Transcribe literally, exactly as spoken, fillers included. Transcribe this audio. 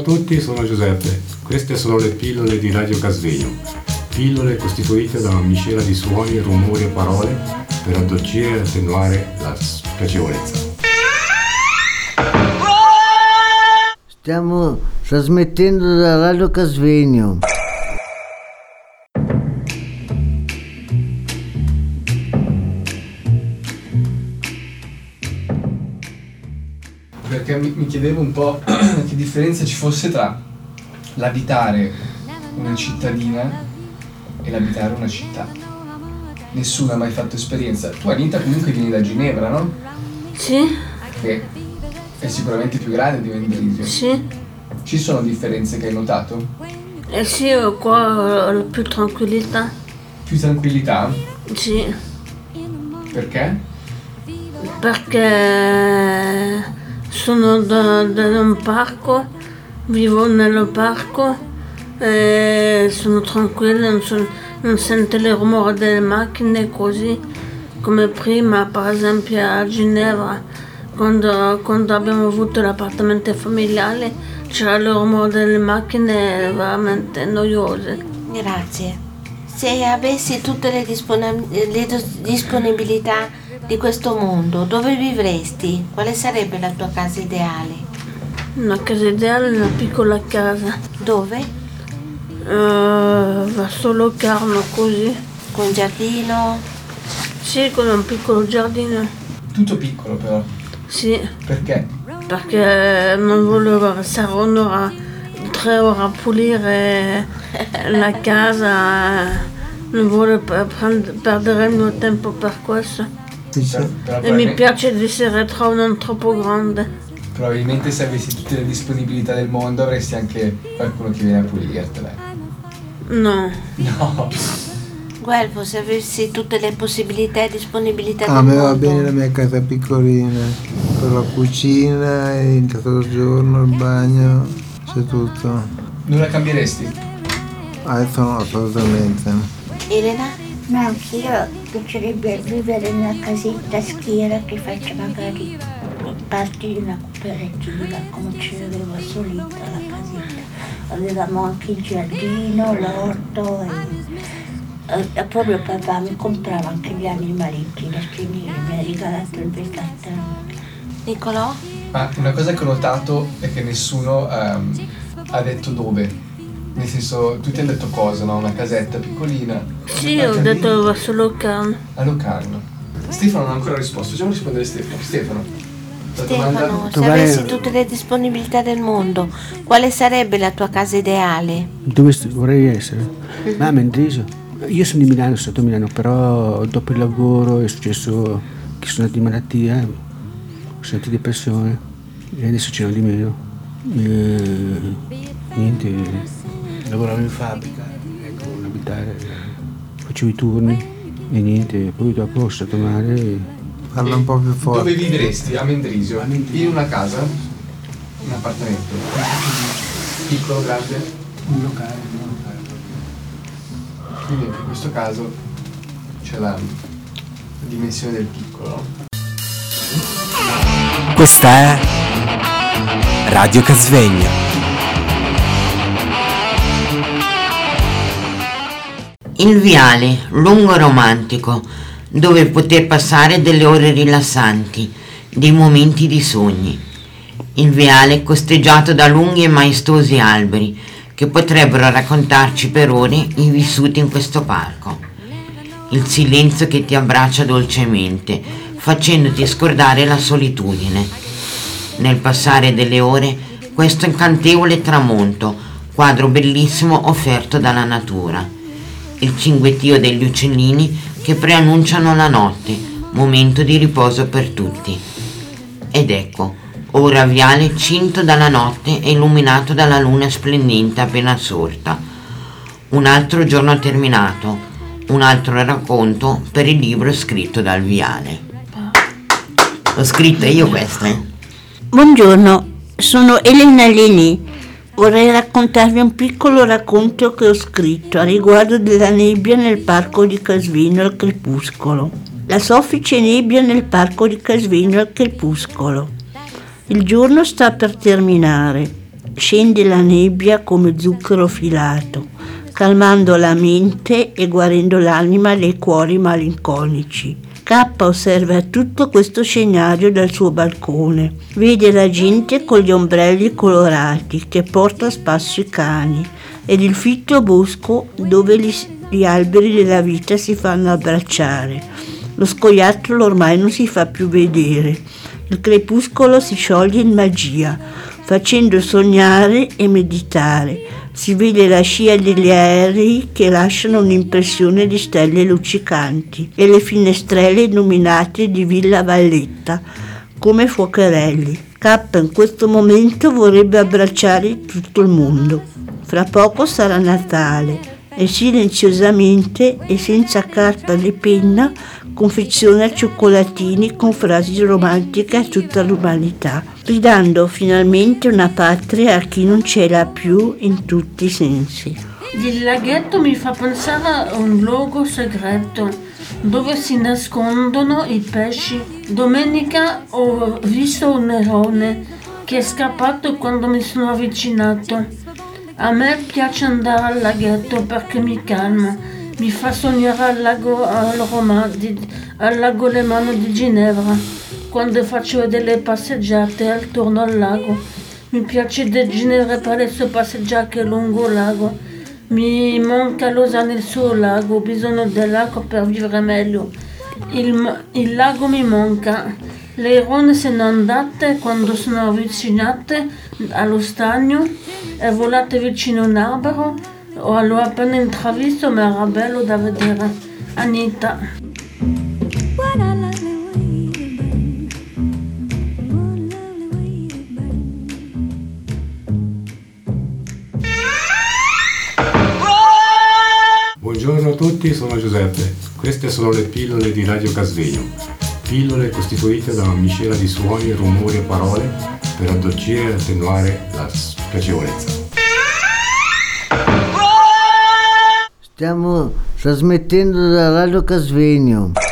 tutti, sono Giuseppe. Queste sono le pillole di Radio Casvegno. Pillole costituite da una miscela di suoni, rumori e parole per addolcire e attenuare la spiacevolezza. Stiamo trasmettendo da Radio Casvegno. Perché mi, mi chiedevo un po' che differenza ci fosse tra l'abitare una cittadina e l'abitare una città. Nessuno ha mai fatto esperienza. Tu, Anita, comunque vieni da Ginevra, no? Sì. Che è sicuramente più grande di Mendrisio. Sì. Ci sono differenze che hai notato? Eh sì, qua ho più tranquillità. Più tranquillità? Sì. Perché? Perché sono da, da un parco, vivo nel parco, e sono tranquilla, non, so, non sento il rumore delle macchine così come prima, per esempio a Ginevra, quando, quando abbiamo avuto l'appartamento familiare c'era il rumore delle macchine veramente noiose. Grazie. Se avessi tutte le, dispon- le disponibilità di questo mondo, dove vivresti? Quale sarebbe la tua casa ideale? Una casa ideale, una piccola casa. Dove? Uh, verso Locarno, così. Con giardino? Sì, con un piccolo giardino. Tutto piccolo però. Sì. Perché? Perché non volevo restare un'ora, tre ore a pulire la casa, non volevo prend- perdere il mio tempo per questo. Però, però E mi piace di essere troppo, non troppo grande. Probabilmente se avessi tutte le disponibilità del mondo avresti anche qualcuno che viene a pulirtela. No. No. Guelfo, se avessi tutte le possibilità e disponibilità ah, del a me mondo. va bene la mia casa piccolina, con la cucina, il soggiorno, il bagno, c'è tutto. Non la cambieresti? Adesso no, assolutamente. Elena? Ma anch'io piacerebbe vivere in una casetta a schiera che faccia magari parte di una cooperativa, come ce l'aveva Solita la casetta. Avevamo anche il giardino, l'orto e, e proprio papà mi comprava anche gli animaletti da tenere, mi ha regalato il beccattano. Nicolò? Ma una cosa che ho notato è che nessuno um, ha detto dove. Nel senso, tutti hanno detto cosa, no? Una casetta piccolina. Sì, ho detto verso Locarno. A Locarno. Stefano non ha ancora risposto, facciamo rispondere Stefano. Stefano, la Stefano, domanda... se avessi tutte le disponibilità del mondo, quale sarebbe la tua casa ideale? Dove vorrei essere? Ma a Mendrisio. Io sono di Milano, sono stato a Milano, però dopo il lavoro è successo che sono andato in malattia, ho sentito depressione e adesso ce n'ho di meno. E, niente. Lavoravo in fabbrica, ecco, abitare, facevo i turni e niente, poi dopo sono stato male. E... Parla un po' più forte. Dove vivresti? A Mendrisio? In una casa? Un appartamento? Piccolo, grande? Un locale, un locale. Quindi anche in questo caso c'è la dimensione del piccolo, no? Questa è Radio Casvegno. Il viale, lungo e romantico, dove poter passare delle ore rilassanti, dei momenti di sogni. Il viale costeggiato da lunghi e maestosi alberi che potrebbero raccontarci per ore i vissuti in questo parco. Il silenzio che ti abbraccia dolcemente, facendoti scordare la solitudine. Nel passare delle ore, questo incantevole tramonto, quadro bellissimo offerto dalla natura. Il cinguettio degli uccellini che preannunciano la notte, momento di riposo per tutti. Ed ecco, ora viale cinto dalla notte e illuminato dalla luna splendente appena sorta. Un altro giorno terminato, un altro racconto per il libro scritto dal viale. L'ho scritto io queste. Buongiorno, sono Elena Leni. Vorrei raccontarvi un piccolo racconto che ho scritto a riguardo della nebbia nel parco di Casvegno al crepuscolo. La soffice nebbia nel parco di Casvegno al crepuscolo. Il giorno sta per terminare scende la nebbia come zucchero filato, calmando la mente e guarendo l'anima dei cuori malinconici. K osserva tutto questo scenario dal suo balcone. Vede la gente con gli ombrelli colorati che porta a spasso i cani ed il fitto bosco dove gli, gli alberi della vita si fanno abbracciare. Lo scoiattolo ormai non si fa più vedere. Il crepuscolo si scioglie in magia, facendo sognare e meditare. Si vede la scia degli aerei che lasciano un'impressione di stelle luccicanti e le finestrelle illuminate di Villa Valletta come fuocherelli. K in questo momento vorrebbe abbracciare tutto il mondo. Fra poco sarà Natale e silenziosamente e senza carta né penna confeziona cioccolatini con frasi romantiche a tutta l'umanità, ridando finalmente una patria a chi non ce l'ha più in tutti i sensi. Il laghetto mi fa pensare a un luogo segreto dove si nascondono i pesci. Domenica ho visto un nerone che è scappato quando mi sono avvicinato. A me piace andare al laghetto perché mi calma, mi fa sognare al lago, al Roma, di, al lago Lemano di Ginevra, quando faccio delle passeggiate attorno al lago. Mi piace degenerare per le sue passeggiate lungo il lago. Mi manca Lausanne il suo lago, ho bisogno dell'acqua per vivere meglio. Il, il lago mi manca. Le irone sono andate quando sono avvicinate allo stagno e volate vicino a un albero. O l'ho appena intravisto, ma era bello da vedere. Anita. Buongiorno a tutti, sono Giuseppe. Queste sono le pillole di Radio Casvegno. Pillole costituite da una miscela di suoni, rumori e parole per addolcire e attenuare la spiacevolezza. Stiamo trasmettendo da Radio Casvegno.